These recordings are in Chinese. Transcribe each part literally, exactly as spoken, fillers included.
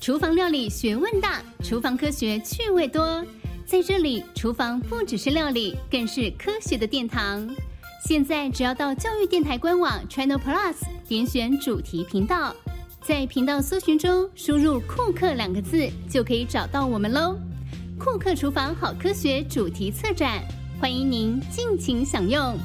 厨房料理学问大，厨房科学趣味多。在这里，厨房不只是料理，更是科学的殿堂。现在只要到教育电台官网 Channel Plus 点选主题频道，在频道搜寻中输入库克两个字，就可以找到我们咯。库克厨房好科学主题策展，欢迎您尽情享用。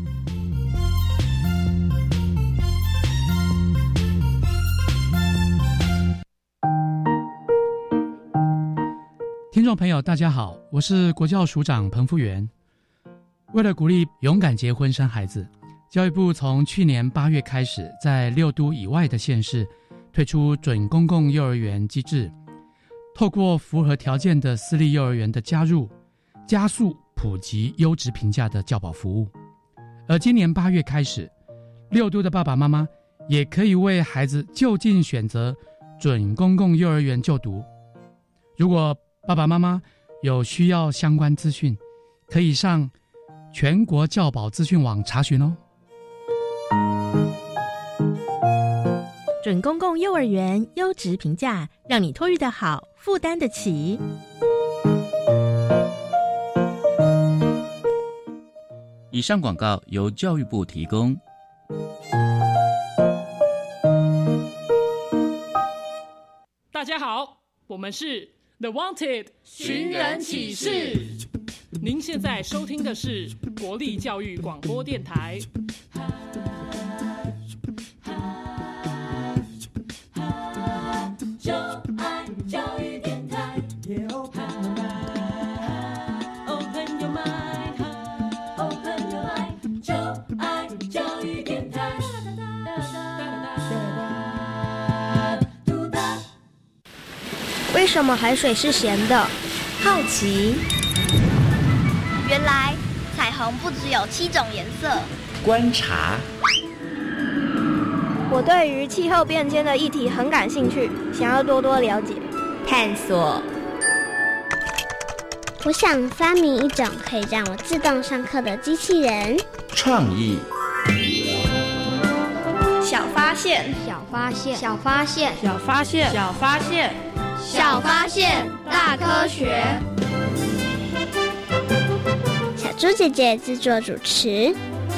听众朋友大家好，我是国教署长彭福源。为了鼓励勇敢结婚生孩子，教育部从去年八月开始，在六都以外的县市推出准公共幼儿园机制，透过符合条件的私立幼儿园的加入，加速普及优质评价的教保服务。而今年八月开始，六都的爸爸妈妈也可以为孩子就近选择准公共幼儿园就读。如果爸爸妈妈有需要相关资讯，可以上全国教保资讯网查询哦。 准公共幼儿园优质评价，让你托育的好，负担得起。 以上广告由教育部提供。 大家好，我们是 The Wanted 寻人启事。 您现在收听的是国立教育广播电台。 就爱教育电台 yeah, Open your mind Open your mind Open your mind 就爱教育电台。 为什么海水是咸的？ 好奇。 原来彩虹不只有七种颜色。 观察。 我对于气候变迁的议题很感兴趣，想要多多了解。 探索。 我想发明一种可以让我自动上课的机器人。 创意。 小发现， 小发现，小发现， 小发现，小发现， 小发现，大科学。小猪姐姐制作主持。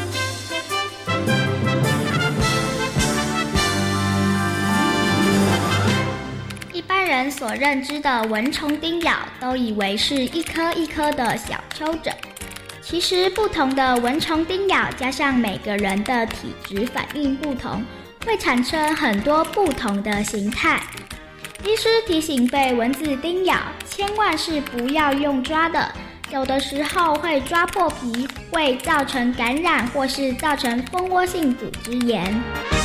一般人所认知的蚊虫叮咬，都以为是一颗一颗的小丘疹。其实不同的蚊虫叮咬，加上每个人的体质反应不同，会产生很多不同的形态。医师提醒，被蚊子叮咬，千万是不要用抓的，有的时候会抓破皮，会造成感染或是造成蜂窝性组织炎。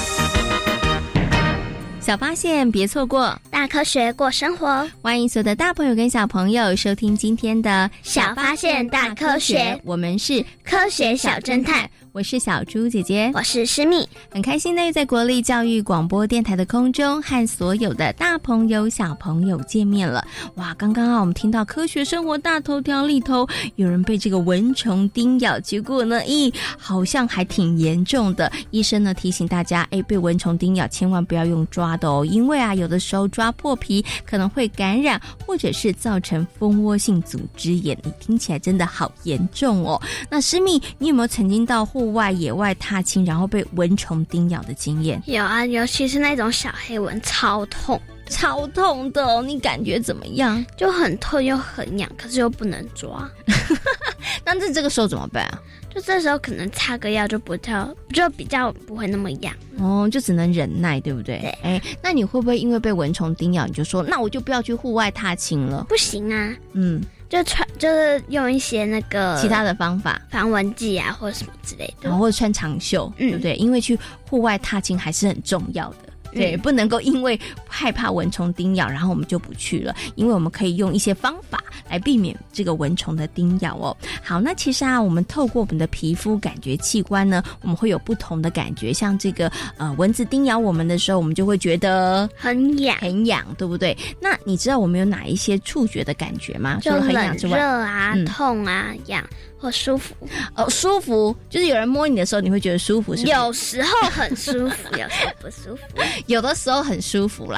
小发现别错过， 大科学过生活。 欢迎所有的大朋友跟小朋友收听今天的小发现大科学， 我们是科学小侦探。 我是小猪姐姐， 我是诗蜜， 很开心的在国立教育广播电台的空中和所有的大朋友小朋友见面了。哇，刚刚啊我们听到科学生活大头条里头有人被这个蚊虫叮咬，结果呢咦好像还挺严重的。医生呢提醒大家，哎，被蚊虫叮咬千万不要用抓的哦，因为啊有的时候抓破皮可能会感染或者是造成蜂窝性组织炎。你听起来真的好严重哦。那诗蜜，你有没有曾经到户外野外踏青然后被蚊虫叮咬的经验？ 有啊，尤其是那种小黑蚊，超痛超痛的哦。你感觉怎么样？ 就很痛又很痒，可是又不能抓。 那这这个时候怎么办啊？ 就这时候可能擦个药就不较就比较不会那么痒哦，就只能忍耐，对不对？ 对。 哎，那你会不会因为被蚊虫叮咬，你就说那我就不要去户外踏青了？ 不行啊， 嗯， 就穿就是用一些那个其他的方法， 防蚊剂啊或者什么之类的， 然后或者穿长袖，嗯、对不对？因为去户外踏青还是很重要的。对，不能够因为害怕蚊虫叮咬，然后我们就不去了，因为我们可以用一些方法来避免这个蚊虫的叮咬哦。好，那其实啊，我们透过我们的皮肤感觉器官呢，我们会有不同的感觉。像这个呃蚊子叮咬我们的时候，我们就会觉得很痒， 很痒，对不对？那你知道我们有哪一些触觉的感觉吗？ 就除了很痒之外， 热啊、嗯、痛啊、痒。或舒服哦，舒服就是有人摸你的时候，你会觉得舒服，是不是？ 有时候很舒服，有时候不舒服。 有的时候很舒服啦，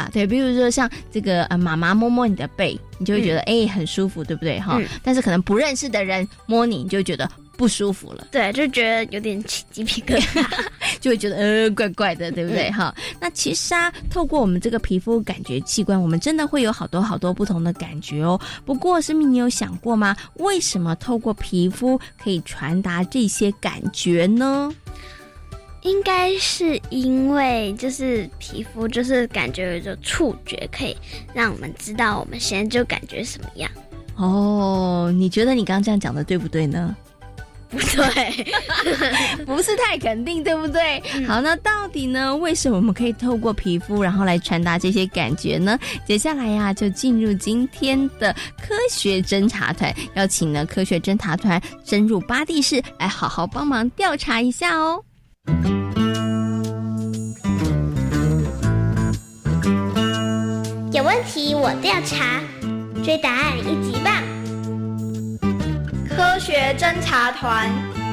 吧？对，比如说像这个呃妈妈摸摸你的背，你就会觉得哎、嗯欸、很舒服，对不对哈、嗯？但是可能不认识的人摸你，你就会觉得不舒服了。 对，就觉得有点起鸡皮疙瘩， 就会觉得呃怪怪的，对不对哈、嗯？那其实啊，透过我们这个皮肤感觉器官，我们真的会有好多好多不同的感觉哦。不过诗敏，你有想过吗？为什么透过皮肤可以传达这些感觉呢？ 应该是因为就是皮肤就是感觉有一种触觉，可以让我们知道我们现在就感觉什么样。 哦，你觉得你刚刚这样讲的对不对呢？ 不对， 不是太肯定，对不对、嗯？好，那到底呢，为什么我们可以透过皮肤然后来传达这些感觉呢？接下来呀、啊，就进入今天的科学侦查团，邀请呢科学侦查团深入巴蒂市来好好帮忙调查一下哦。 有问题我调查，追答案一级棒！ 科学侦查团。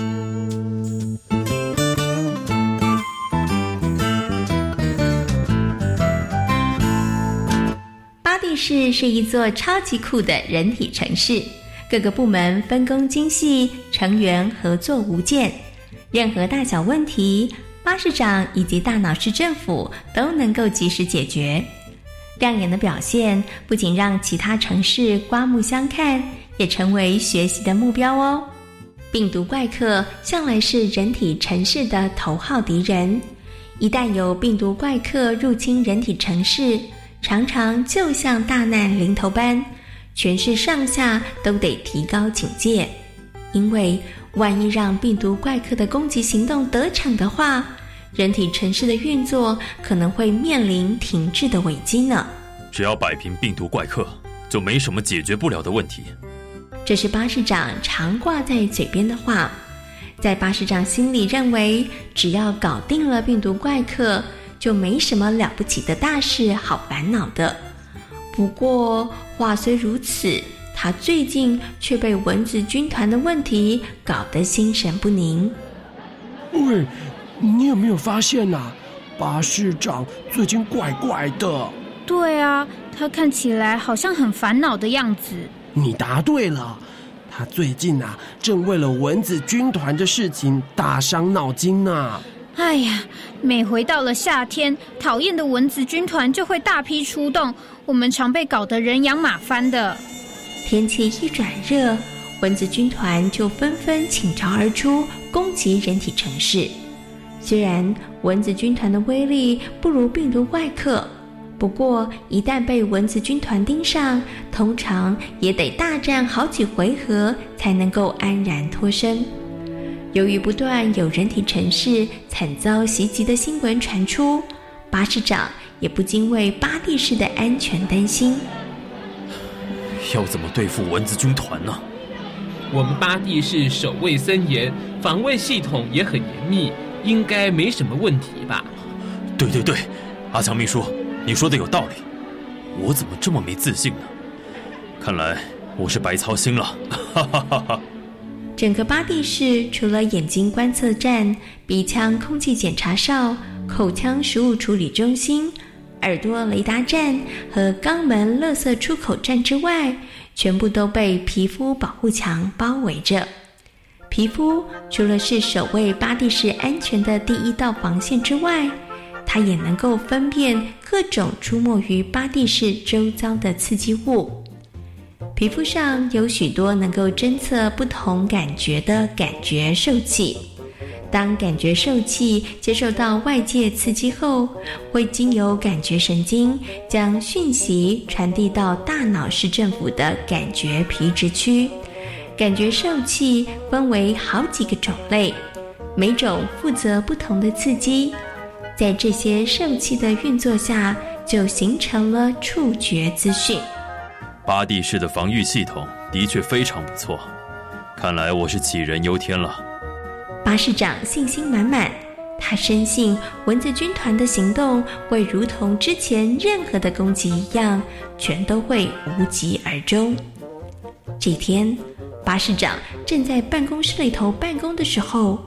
巴蒂市是一座超级酷的人体城市，各个部门分工精细，成员合作无间。任何大小问题，巴市长以及大脑市政府都能够及时解决。亮眼的表现不仅让其他城市刮目相看，也成为学习的目标哦。病毒怪客向来是人体城市的头号敌人，一旦有病毒怪客入侵人体城市，常常就像大难临头般，全市上下都得提高警戒。因为万一让病毒怪客的攻击行动得逞的话，人体城市的运作可能会面临停滞的危机呢。 只要摆平病毒怪客，就没什么解决不了的问题。 这是巴市长常挂在嘴边的话，在巴市长心里认为，只要搞定了病毒怪客，就没什么了不起的大事好烦恼的。不过话虽如此，他最近却被蚊子军团的问题搞得心神不宁。 喂，你有没有发现啊，巴市长最近怪怪的？ 对啊，他看起来好像很烦恼的样子。 你答对了，他最近啊，正为了蚊子军团的事情大伤脑筋呢。 哎呀，每回到了夏天，讨厌的蚊子军团就会大批出动，我们常被搞得人仰马翻的。 天气一转热，蚊子军团就纷纷倾巢而出，攻击人体城市。虽然蚊子军团的威力不如病毒怪客，不过一旦被蚊子军团盯上，通常也得大战好几回合才能够安然脱身。由于不断有人体城市惨遭袭击的新闻传出，巴市长也不禁为巴蒂市的安全担心。 要怎么对付蚊子军团呢？ 我们巴蒂市守卫森严，防卫系统也很严密，应该没什么问题吧？ 对对对，阿强秘书，你说的有道理。我怎么这么没自信呢？看来我是白操心了。哈哈哈哈。 整个巴蒂市除了眼睛观测站、鼻腔空气检查哨、口腔食物处理中心、耳朵雷达站和肛门垃圾出口站之外，全部都被皮肤保护墙包围着。皮肤除了是守卫巴蒂市安全的第一道防线之外，它也能够分辨各种出没于巴蒂市周遭的刺激物。皮肤上有许多能够侦测不同感觉的感觉受器，当感觉受器接受到外界刺激后，会经由感觉神经将讯息传递到大脑市政府的感觉皮质区。感觉受器分为好几个种类，每种负责不同的刺激，在这些受器的运作下，就形成了触觉资讯。 巴蒂市的防御系统的确非常不错，看来我是杞人忧天了。 巴市长信心满满，他深信蚊子军团的行动会如同之前任何的攻击一样，全都会无疾而终。这天，巴市长正在办公室里头办公的时候，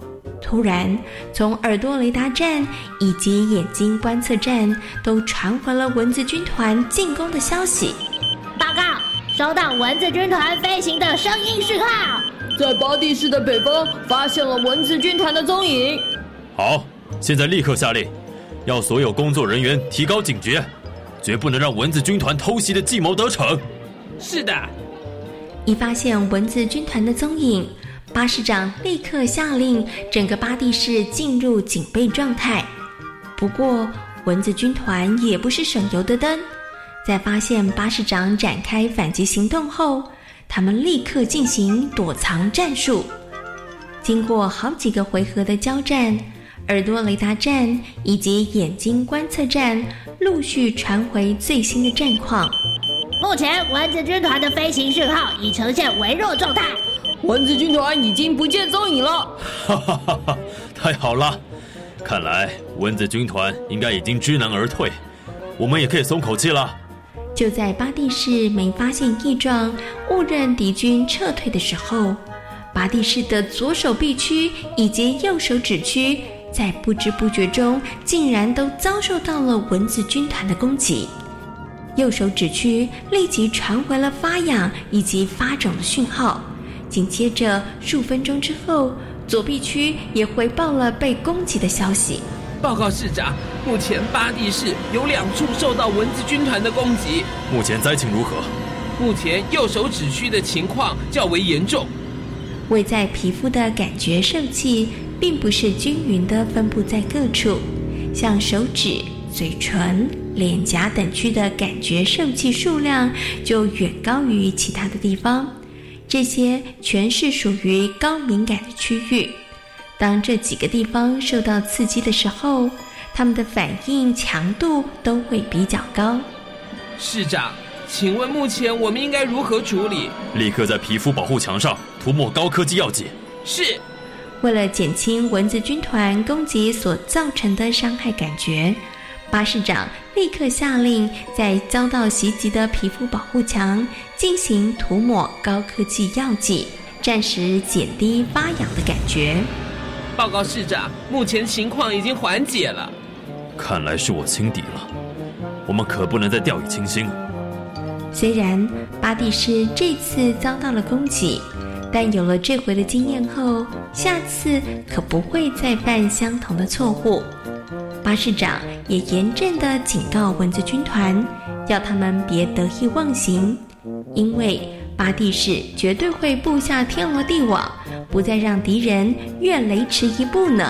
突然，从耳朵雷达站以及眼睛观测站都传回了蚊子军团进攻的消息。 报告，收到蚊子军团飞行的声音讯号， 在巴地市的北方发现了蚊子军团的踪影。 好，现在立刻下令，要所有工作人员提高警觉，绝不能让蚊子军团偷袭的计谋得逞。 是的。 一发现蚊子军团的踪影，巴士长立刻下令整个巴地市进入警备状态。不过，蚊子军团也不是省油的灯，在发现巴士长展开反击行动后，他们立刻进行躲藏战术。经过好几个回合的交战，耳朵雷达站以及眼睛观测站陆续传回最新的战况。 目前蚊子军团的飞行讯号已呈现微弱状态， 蚊子军团已经不见踪影了。 哈哈哈哈！太好了，看来蚊子军团应该已经知难而退，我们也可以松口气了。 就在巴地市没发现异状，误认敌军撤退的时候，巴地市的左手臂区以及右手指区在不知不觉中竟然都遭受到了蚊子军团的攻击。右手指区立即传回了发痒以及发肿的讯号，紧接着数分钟之后，左臂区也回报了被攻击的消息。 报告市长，目前巴地市有两处受到蚊子军团的攻击。 目前灾情如何？ 目前右手指区的情况较为严重。 位在皮肤的感觉受器并不是均匀地分布在各处，像手指、嘴唇、脸颊等区的感觉受器数量就远高于其他的地方，这些全是属于高敏感的区域。当这几个地方受到刺激的时候，它们的反应强度都会比较高。 市长，请问目前我们应该如何处理？ 立刻在皮肤保护墙上涂抹高科技药剂。 是。 为了减轻蚊子军团攻击所造成的伤害感觉，巴士长立刻下令在遭到袭击的皮肤保护墙进行涂抹高科技药剂，暂时减低发痒的感觉。 报告市长，目前情况已经缓解了。 看来是我轻敌了，我们可不能再掉以轻心。 虽然巴地市这次遭到了攻击，但有了这回的经验后，下次可不会再犯相同的错误。巴士长也严正地警告蚊子军团，要他们别得意忘形，因为巴地市绝对会布下天罗地网，不再让敌人越雷池一步呢。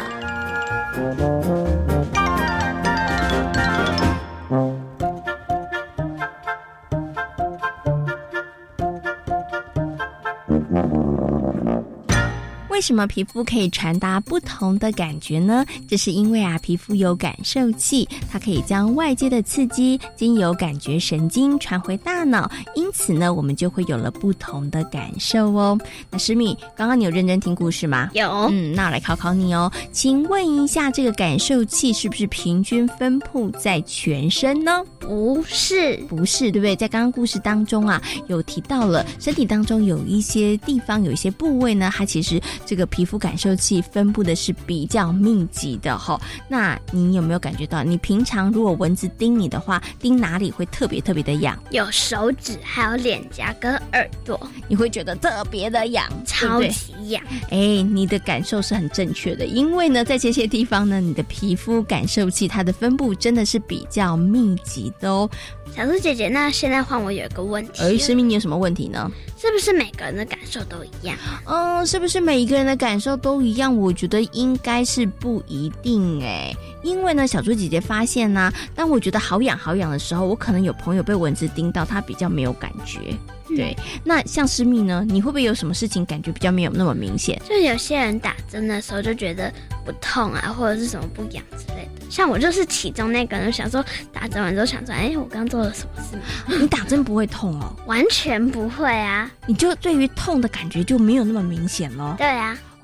为什么皮肤可以传达不同的感觉呢？这是因为啊，皮肤有感受器，它可以将外界的刺激经由感觉神经传回大脑，因此呢，我们就会有了不同的感受哦。那诗敏，刚刚你有认真听故事吗？ 有。 嗯，那我来考考你哦，请问一下，这个感受器是不是平均分布在全身呢？ 不是， 不是，对不对？在刚刚故事当中啊，有提到了身体当中有一些地方，有一些部位呢，它其实这个皮肤感受器分布的是比较密集的齁。那你有没有感觉到，你平常如果蚊子叮你的话，叮哪里会特别特别的痒？ 有手指，还有脸颊跟耳朵， 你会觉得特别的痒， 超级痒。 哎，你的感受是很正确的，因为呢，在这些地方呢，你的皮肤感受器它的分布真的是比较密集的哦。 小猪姐姐，那现在换我有一个问题， 而诗敏，你有什么问题呢？ 是不是每个人的感受都一样？ 嗯，是不是每一个人的感受都一样？我觉得应该是不一定哎，因为呢，小猪姐姐发现呢、啊，当我觉得好痒好痒的时候，我可能有朋友被蚊子叮到，他比较没有感觉。对，那像诗敏呢，你会不会有什么事情感觉比较没有那么明显？ 就有些人打针的时候就觉得不痛啊，或者是什么不痒之类的。像我就是其中那个人，想说打针完之后想说，哎，我刚做了什么事吗？ 你打针不会痛哦？ 完全不会啊！ 你就对于痛的感觉就没有那么明显咯？ 对啊。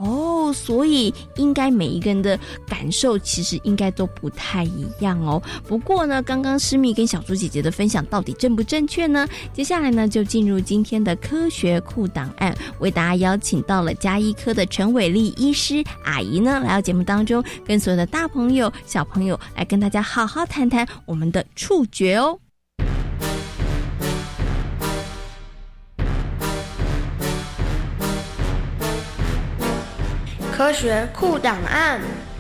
哦，所以应该每一个人的感受其实应该都不太一样哦。不过呢，刚刚诗蜜跟小猪姐姐的分享到底正不正确呢？接下来呢，就进入今天的科学库档案，为大家邀请到了家医科的陈伟丽医师阿姨呢，来到节目当中，跟所有的大朋友、小朋友来跟大家好好谈谈我们的触觉哦。 科学库档案。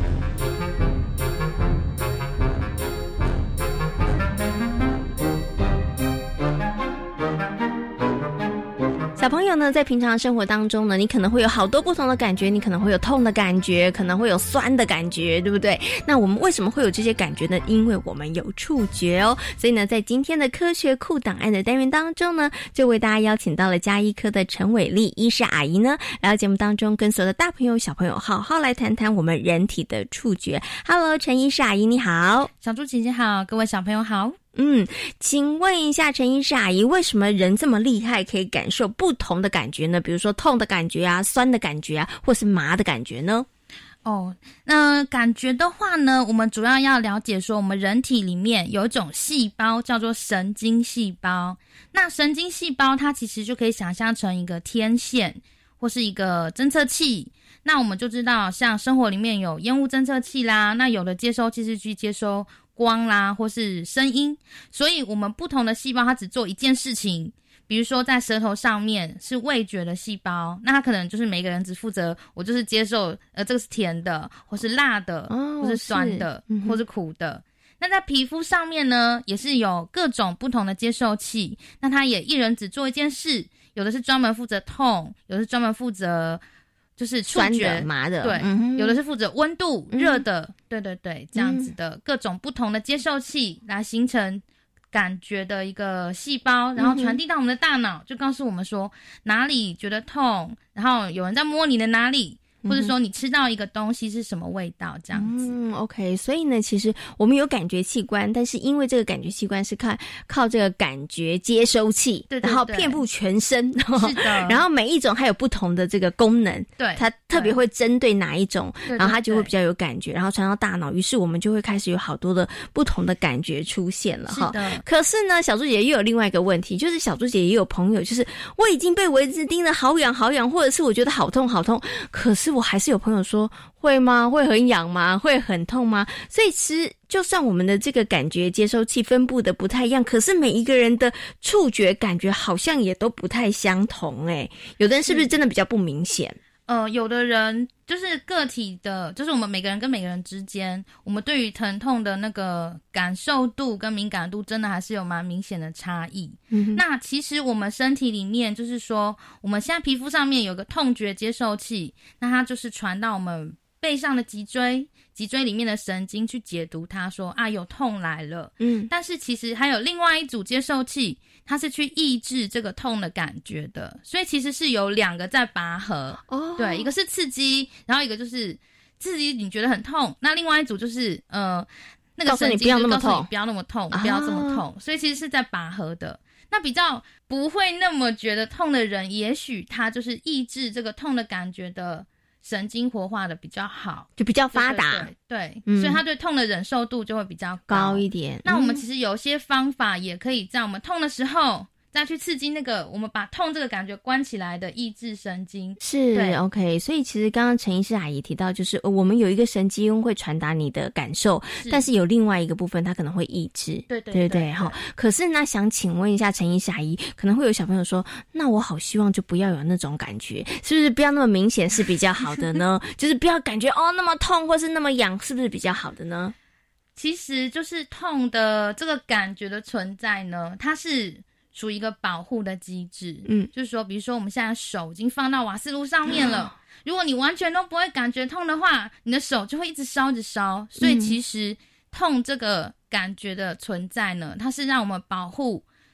小朋友呢，在平常生活当中呢，你可能会有好多不同的感觉，你可能会有痛的感觉，可能会有酸的感觉，对不对？那我们为什么会有这些感觉呢？因为我们有触觉哦。所以呢，在今天的科学库档案的单元当中呢，就为大家邀请到了家医科的陈伟丽医师阿姨呢，来到节目当中，跟所有的大朋友小朋友好好来谈谈我们人体的触觉。Hello， 陈医师阿姨你好。 小猪姐姐好，各位小朋友好。 嗯，请问一下陈医师阿姨，为什么人这么厉害，可以感受不同的感觉呢？比如说痛的感觉啊，酸的感觉啊，或是麻的感觉呢？ 哦，那感觉的话呢，我们主要要了解说，我们人体里面有一种细胞叫做神经细胞。那神经细胞它其实就可以想象成一个天线或是一个侦测器。那我们就知道，像生活里面有烟雾侦测器啦，那有的接收器是去接收光啦，或是声音，所以我们不同的细胞它只做一件事情。比如说在舌头上面是味觉的细胞，那它可能就是每个人只负责我就是接受呃这个是甜的，或是辣的，哦、或是酸的，是、嗯、或是苦的。那在皮肤上面呢，也是有各种不同的接受器，那它也一人只做一件事，有的是专门负责痛，有的是专门负责就是触觉酸的麻的， 对、 嗯， 有的是负责温度、 嗯、 热的，对对对，这样子的各种不同的接受器来形成感觉的一个细胞，然后传递到我们的大脑，就告诉我们说哪里觉得痛，然后有人在摸你的哪里，或者说你吃到一个东西是什么味道，这样子。 嗯 ，OK， 所以呢，其实我们有感觉器官，但是因为这个感觉器官是靠靠这个感觉接收器， 对对对， 然后遍布全身， 是的， 然后每一种还有不同的这个功能， 对， 它特别会针对哪一种， 对对对， 然后它就会比较有感觉，然后传到大脑，于是我们就会开始有好多的不同的感觉出现了哈。 是的。 可是呢，小猪姐姐又有另外一个问题，就是小猪姐姐也有朋友，就是我已经被蚊子叮得好痒好痒，或者是我觉得好痛好痛，可是我还是有朋友说会吗？会很痒吗？会很痛吗？所以其实就算我们的这个感觉接收器分布的不太一样，可是每一个人的触觉感觉好像也都不太相同诶。有的人是不是真的比较不明显？ 呃，有的人就是个体的，就是我们每个人跟每个人之间，我们对于疼痛的那个感受度跟敏感度真的还是有蛮明显的差异。嗯，那其实我们身体里面就是说，我们现在皮肤上面有个痛觉接受器，那它就是传到我们背上的脊椎，脊椎里面的神经去解读它，说啊有痛来了。嗯，但是其实还有另外一组接受器，它是去抑制这个痛的感觉的，所以其实是有两个在拔河。哦，对，一个是刺激，然后一个就是刺激你觉得很痛，那另外一组就是呃那个神经就告诉你不要那么痛，不要这么痛，所以其实是在拔河的。那比较不会那么觉得痛的人，也许他就是抑制这个痛的感觉的神经活化的比较好， 就比较发达， 对，对，对、嗯，所以他对痛的忍受度就会比较 高, 高一点。 那我们其实有些方法也可以在我们痛的时候再去刺激那个我们把痛这个感觉关起来的抑制神经。 是 OK， 所以其实刚刚陈医师阿姨提到，就是、呃、我们有一个神经会传达你的感受，是，但是有另外一个部分它可能会抑制， 对对对对好。可是那想请问一下陈医师阿姨，可能会有小朋友说，那我好希望就不要有那种感觉，是不是不要那么明显是比较好的呢？就是不要感觉哦那么痛或是那么痒，是不是比较好的呢？ 其实就是痛的这个感觉的存在呢，它是属于一个保护的机制。嗯，就是说比如说我们现在手已经放到瓦斯炉上面了，如果你完全都不会感觉痛的话，你的手就会一直烧一直烧。所以其实痛这个感觉的存在呢，它是让我们保护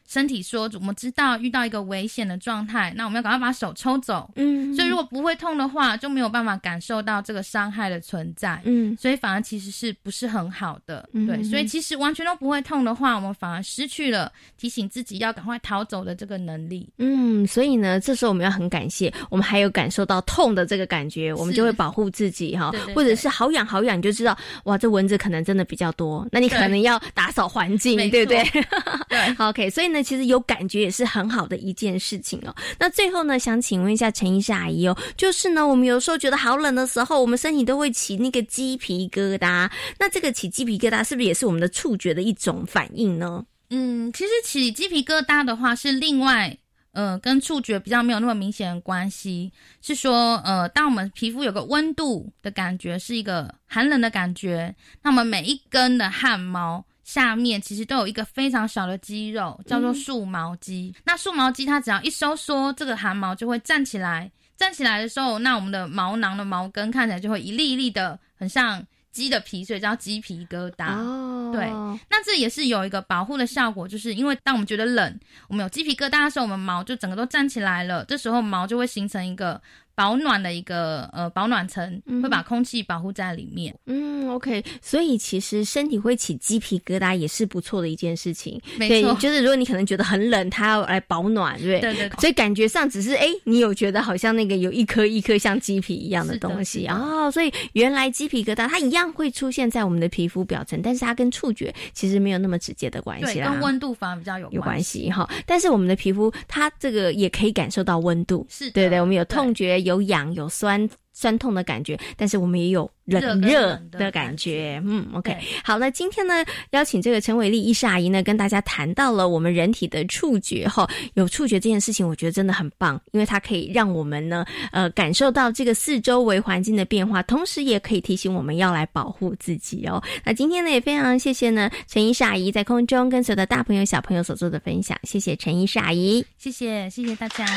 身体说我们知道遇到一个危险的状态，那我们要赶快把手抽走。嗯，所以如果不会痛的话，就没有办法感受到这个伤害的存在。嗯，所以反而其实是不是很好的。嗯，对，所以其实完全都不会痛的话，我们反而失去了提醒自己要赶快逃走的这个能力。 嗯，所以呢，这时候我们要很感谢，我们还有感受到痛的这个感觉，我们就会保护自己哈。或者是好痒好痒，你就知道哇，这蚊子可能真的比较多，那你可能要打扫环境，对不对？对，OK， 所以呢，其实有感觉也是很好的一件事情哦。那最后呢，想请问一下陈医师阿姨哦，就是呢，我们有时候觉得好冷的时候，我们身体都会起那个鸡皮疙瘩，那这个起鸡皮疙瘩是不是也是我们的触觉的一种反应呢？ 嗯，其实起鸡皮疙瘩的话是另外呃，跟触觉比较没有那么明显的关系，是说呃，当我们皮肤有个温度的感觉，是一个寒冷的感觉，那我们每一根的汗毛下面其实都有一个非常小的肌肉，叫做束毛肌。嗯、那束毛肌它只要一收缩，这个汗毛就会站起来。站起来的时候，那我们的毛囊的毛根看起来就会一粒一粒的，很像鸡的皮，所以叫鸡皮疙瘩。哦，对，那这也是有一个保护的效果，就是因为当我们觉得冷，我们有鸡皮疙瘩的时候，我们毛就整个都站起来了，这时候毛就会形成一个保暖的一个呃保暖层，会把空气保护在里面。 嗯 ，OK， 所以其实身体会起鸡皮疙瘩也是不错的一件事情。 没错， 就是如果你可能觉得很冷，它要来保暖，对不对？对对。所以感觉上只是哎，你有觉得好像那个有一颗一颗像鸡皮一样的东西哦，所以原来鸡皮疙瘩它一样会出现在我们的皮肤表层，但是它跟触觉其实没有那么直接的关系啦， 对，跟温度反而比较有有关系哈。但是我们的皮肤它这个也可以感受到温度， 是的， 对对，我们有痛觉。有痒有酸酸痛的感觉，但是我们也有冷热的感觉。嗯 ，OK， 好，那今天呢，邀请这个陈伟丽医师阿姨呢，跟大家谈到了我们人体的触觉哈。有触觉这件事情，我觉得真的很棒，因为它可以让我们呢，呃，感受到这个四周围环境的变化，同时也可以提醒我们要来保护自己哦。那今天呢，也非常谢谢呢陈医师阿姨在空中跟所有的大朋友小朋友所做的分享，谢谢陈医师阿姨， 谢谢谢谢大家。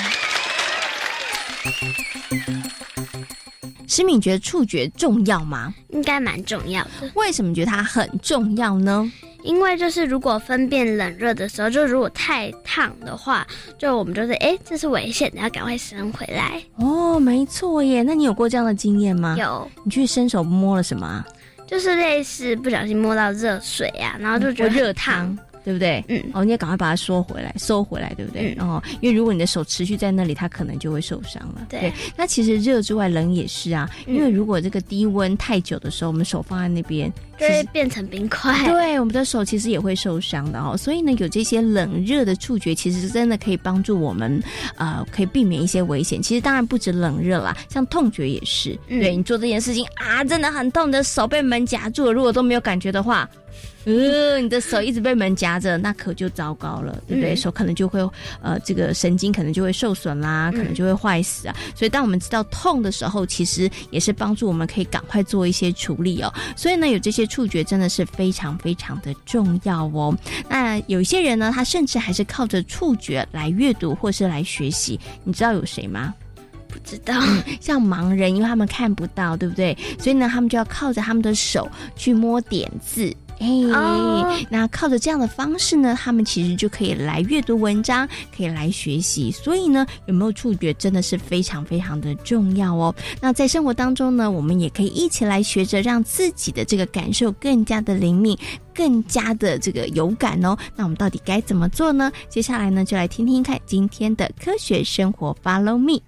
诗敏觉得触觉重要吗？ 应该蛮重要的。 为什么觉得它很重要呢？ 因为就是如果分辨冷热的时候，就如果太烫的话，就我们就是哎，这是危险的，要赶快伸回来。 哦，没错耶。那你有过这样的经验吗？ 有。 你去伸手摸了什么啊？ 就是类似不小心摸到热水啊，然后就觉得热汤。对不对？嗯，哦，你也赶快把它收回来，收回来，对不对？嗯、哦，因为如果你的手持续在那里，它可能就会受伤了。对，对，那其实热之外，冷也是啊。嗯、因为如果这个低温太久的时候，我们手放在那边， 就会变成冰块。 对，我们的手其实也会受伤的哦。所以呢，有这些冷热的触觉，其实真的可以帮助我们，呃，可以避免一些危险。其实当然不止冷热啦，像痛觉也是。嗯、对你做这件事情啊，真的很痛，你的手被门夹住了，如果都没有感觉的话。呃，你的手一直被门夹着，那可就糟糕了，对不对？嗯、手可能就会呃，这个神经可能就会受损啦，可能就会坏死啊。嗯、所以当我们知道痛的时候，其实也是帮助我们可以赶快做一些处理哦。所以呢，有这些触觉真的是非常非常的重要哦。那有一些人呢，他甚至还是靠着触觉来阅读或是来学习，你知道有谁吗？ 不知道、 嗯，像盲人，因为他们看不到，对不对？所以呢，他们就要靠着他们的手去摸点字。哎、oh. 那靠着这样的方式呢，他们其实就可以来阅读文章，可以来学习。所以呢，有没有触觉真的是非常非常的重要哦。那在生活当中呢，我们也可以一起来学着让自己的这个感受更加的灵敏，更加的这个有感哦。那我们到底该怎么做呢？接下来呢，就来听听看今天的科学生活 Follow Me。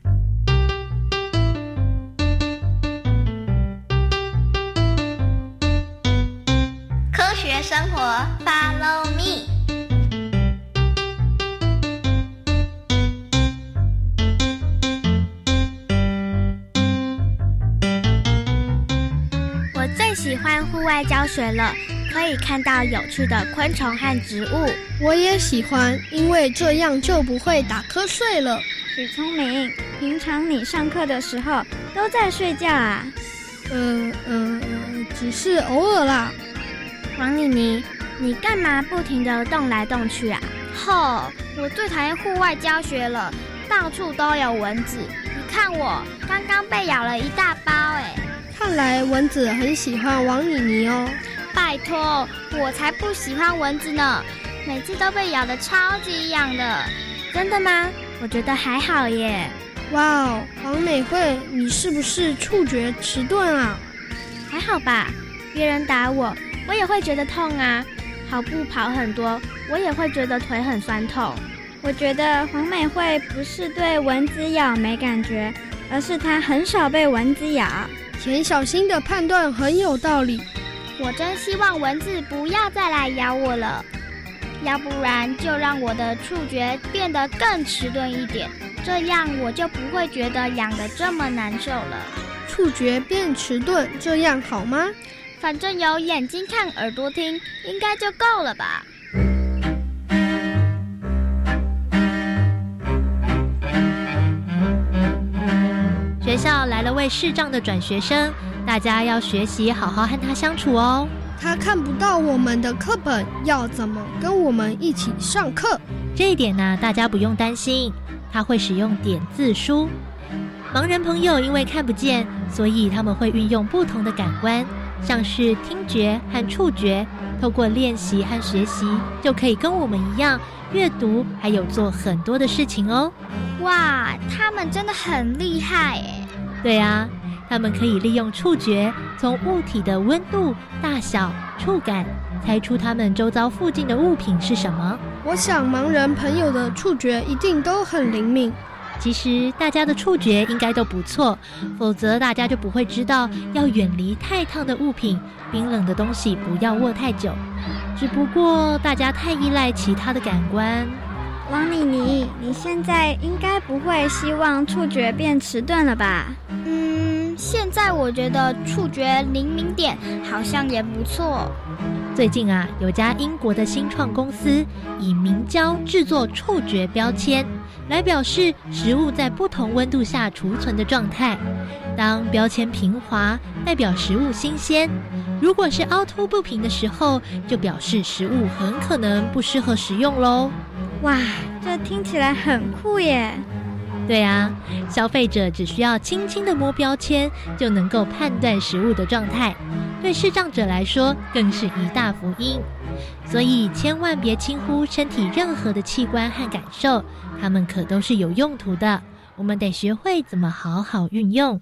生活 Follow Me。 我最喜欢户外教学了，可以看到有趣的昆虫和植物。 我也喜欢，因为这样就不会打瞌睡了。 许聪明，平常你上课的时候都在睡觉啊？ 呃呃只是偶尔啦。 王妮妮，你干嘛不停地动来动去啊？ 吼，我最讨厌户外教学了，到处都有蚊子。你看我刚刚被咬了一大包哎。 看来蚊子很喜欢王妮妮哦。 拜托，我才不喜欢蚊子呢。 每次都被咬得超级痒的。 真的吗？我觉得还好耶。 哇哦，黄美惠，你是不是触觉迟钝啊？ 还好吧，别人打我，我也会觉得痛啊。跑步跑很多，我也会觉得腿很酸痛。 我觉得黄美惠不是对蚊子咬没感觉，而是她很少被蚊子咬。 田小新的判断很有道理。 我真希望蚊子不要再来咬我了，要不然就让我的触觉变得更迟钝一点，这样我就不会觉得痒得这么难受了。 触觉变迟钝，这样好吗？ 反正有眼睛看耳朵听，应该就够了吧。 学校来了位视障的转学生，大家要学习好好和他相处哦。 他看不到我们的课本，要怎么跟我们一起上课？ 这一点呢，大家不用担心，他会使用点字书。盲人朋友因为看不见，所以他们会运用不同的感官，像是听觉和触觉，透过练习和学习，就可以跟我们一样阅读，还有做很多的事情哦。 哇，他们真的很厉害耶！ 对啊，他们可以利用触觉，从物体的温度、大小、触感，猜出他们周遭附近的物品是什么。 我想盲人朋友的触觉一定都很灵敏。 其实大家的触觉应该都不错，否则大家就不会知道要远离太烫的物品，冰冷的东西不要握太久。只不过大家太依赖其他的感官。 王妮妮，你现在应该不会希望触觉变迟钝了吧？ 嗯，现在我觉得触觉灵敏点好像也不错。 最近啊，有家英国的新创公司以明胶制作触觉标签，来表示食物在不同温度下储存的状态。当标签平滑，代表食物新鲜；如果是凹凸不平的时候，就表示食物很可能不适合食用咯。 哇，这听起来很酷耶！ 对啊，消费者只需要轻轻的摸标签，就能够判断食物的状态。对视障者来说，更是一大福音。所以千万别轻忽身体任何的器官和感受，它们可都是有用途的。我们得学会怎么好好运用。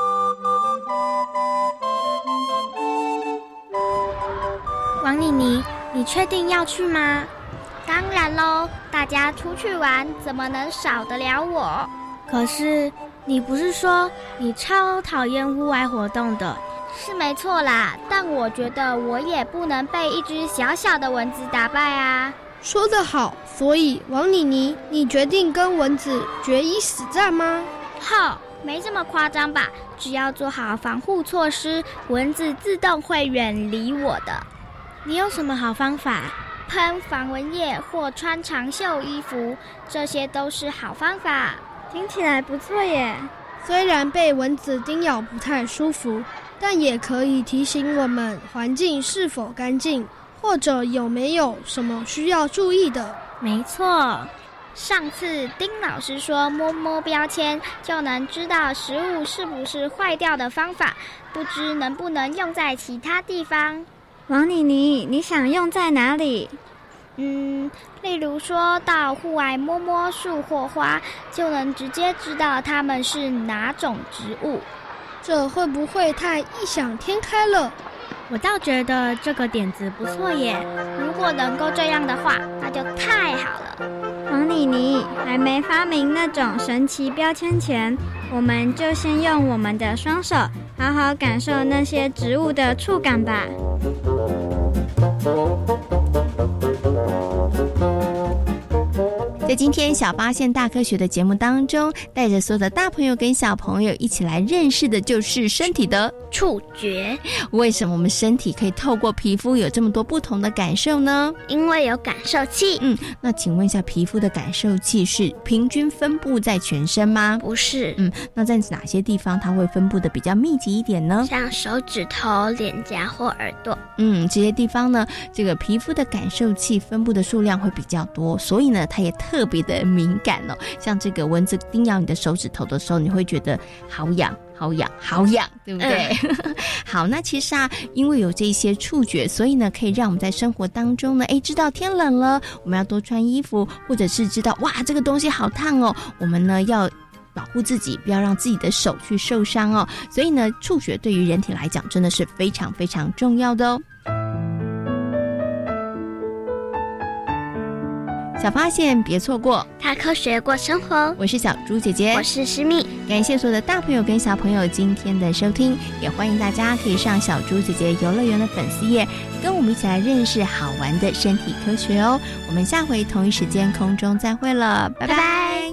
王妮妮，你确定要去吗？当然喽，大家出去玩怎么能少得了我？可是你不是说你超讨厌户外活动的？是没错啦，但我觉得我也不能被一只小小的蚊子打败啊。 说得好，所以王妮妮，你决定跟蚊子决一死战吗？ 好，没这么夸张吧，只要做好防护措施，蚊子自动会远离我的。你有什么好方法？喷防蚊液或穿长袖衣服，这些都是好方法。 听起来不错耶。 虽然被蚊子叮咬不太舒服，但也可以提醒我们环境是否干净，或者有没有什么需要注意的。 没错，上次丁老师说摸摸标签就能知道食物是不是坏掉的方法，不知能不能用在其他地方。 王妮妮，你想用在哪里？ 嗯，例如说到户外摸摸树或花，就能直接知道它们是哪种植物。 这会不会太异想天开了？ 我倒觉得这个点子不错耶，如果能够这样的话，那就太好了。 王妮妮，还没发明那种神奇标签前，我们就先用我们的双手好好感受那些植物的触感吧。 在今天小发现大科学的节目当中，带着所有的大朋友跟小朋友一起来认识的就是身体的触觉。 为什么我们身体可以透过皮肤有这么多不同的感受呢？ 因为有感受器。 嗯，那请问一下，皮肤的感受器是平均分布在全身吗？ 不是。 嗯，那在哪些地方它会分布的比较密集一点呢？ 像手指头、脸颊或耳朵。 嗯，这些地方呢，这个皮肤的感受器分布的数量会比较多，所以呢，它也特别的敏感哦。像这个蚊子叮咬你的手指头的时候，你会觉得好痒好痒好痒，对不对？嗯、好，那其实啊，因为有这些触觉，所以呢，可以让我们在生活当中呢，哎，知道天冷了，我们要多穿衣服，或者是知道哇，这个东西好烫哦，我们呢要保护自己，不要让自己的手去受伤哦。所以呢，触觉对于人体来讲真的是非常非常重要的哦。小发现别错过， 踏科学过生活。 我是小猪姐姐， 我是诗蜜。 感谢所有的大朋友跟小朋友今天的收听，也欢迎大家可以上小猪姐姐游乐园的粉丝页，跟我们一起来认识好玩的身体科学哦。我们下回同一时间空中再会了，拜拜。拜拜。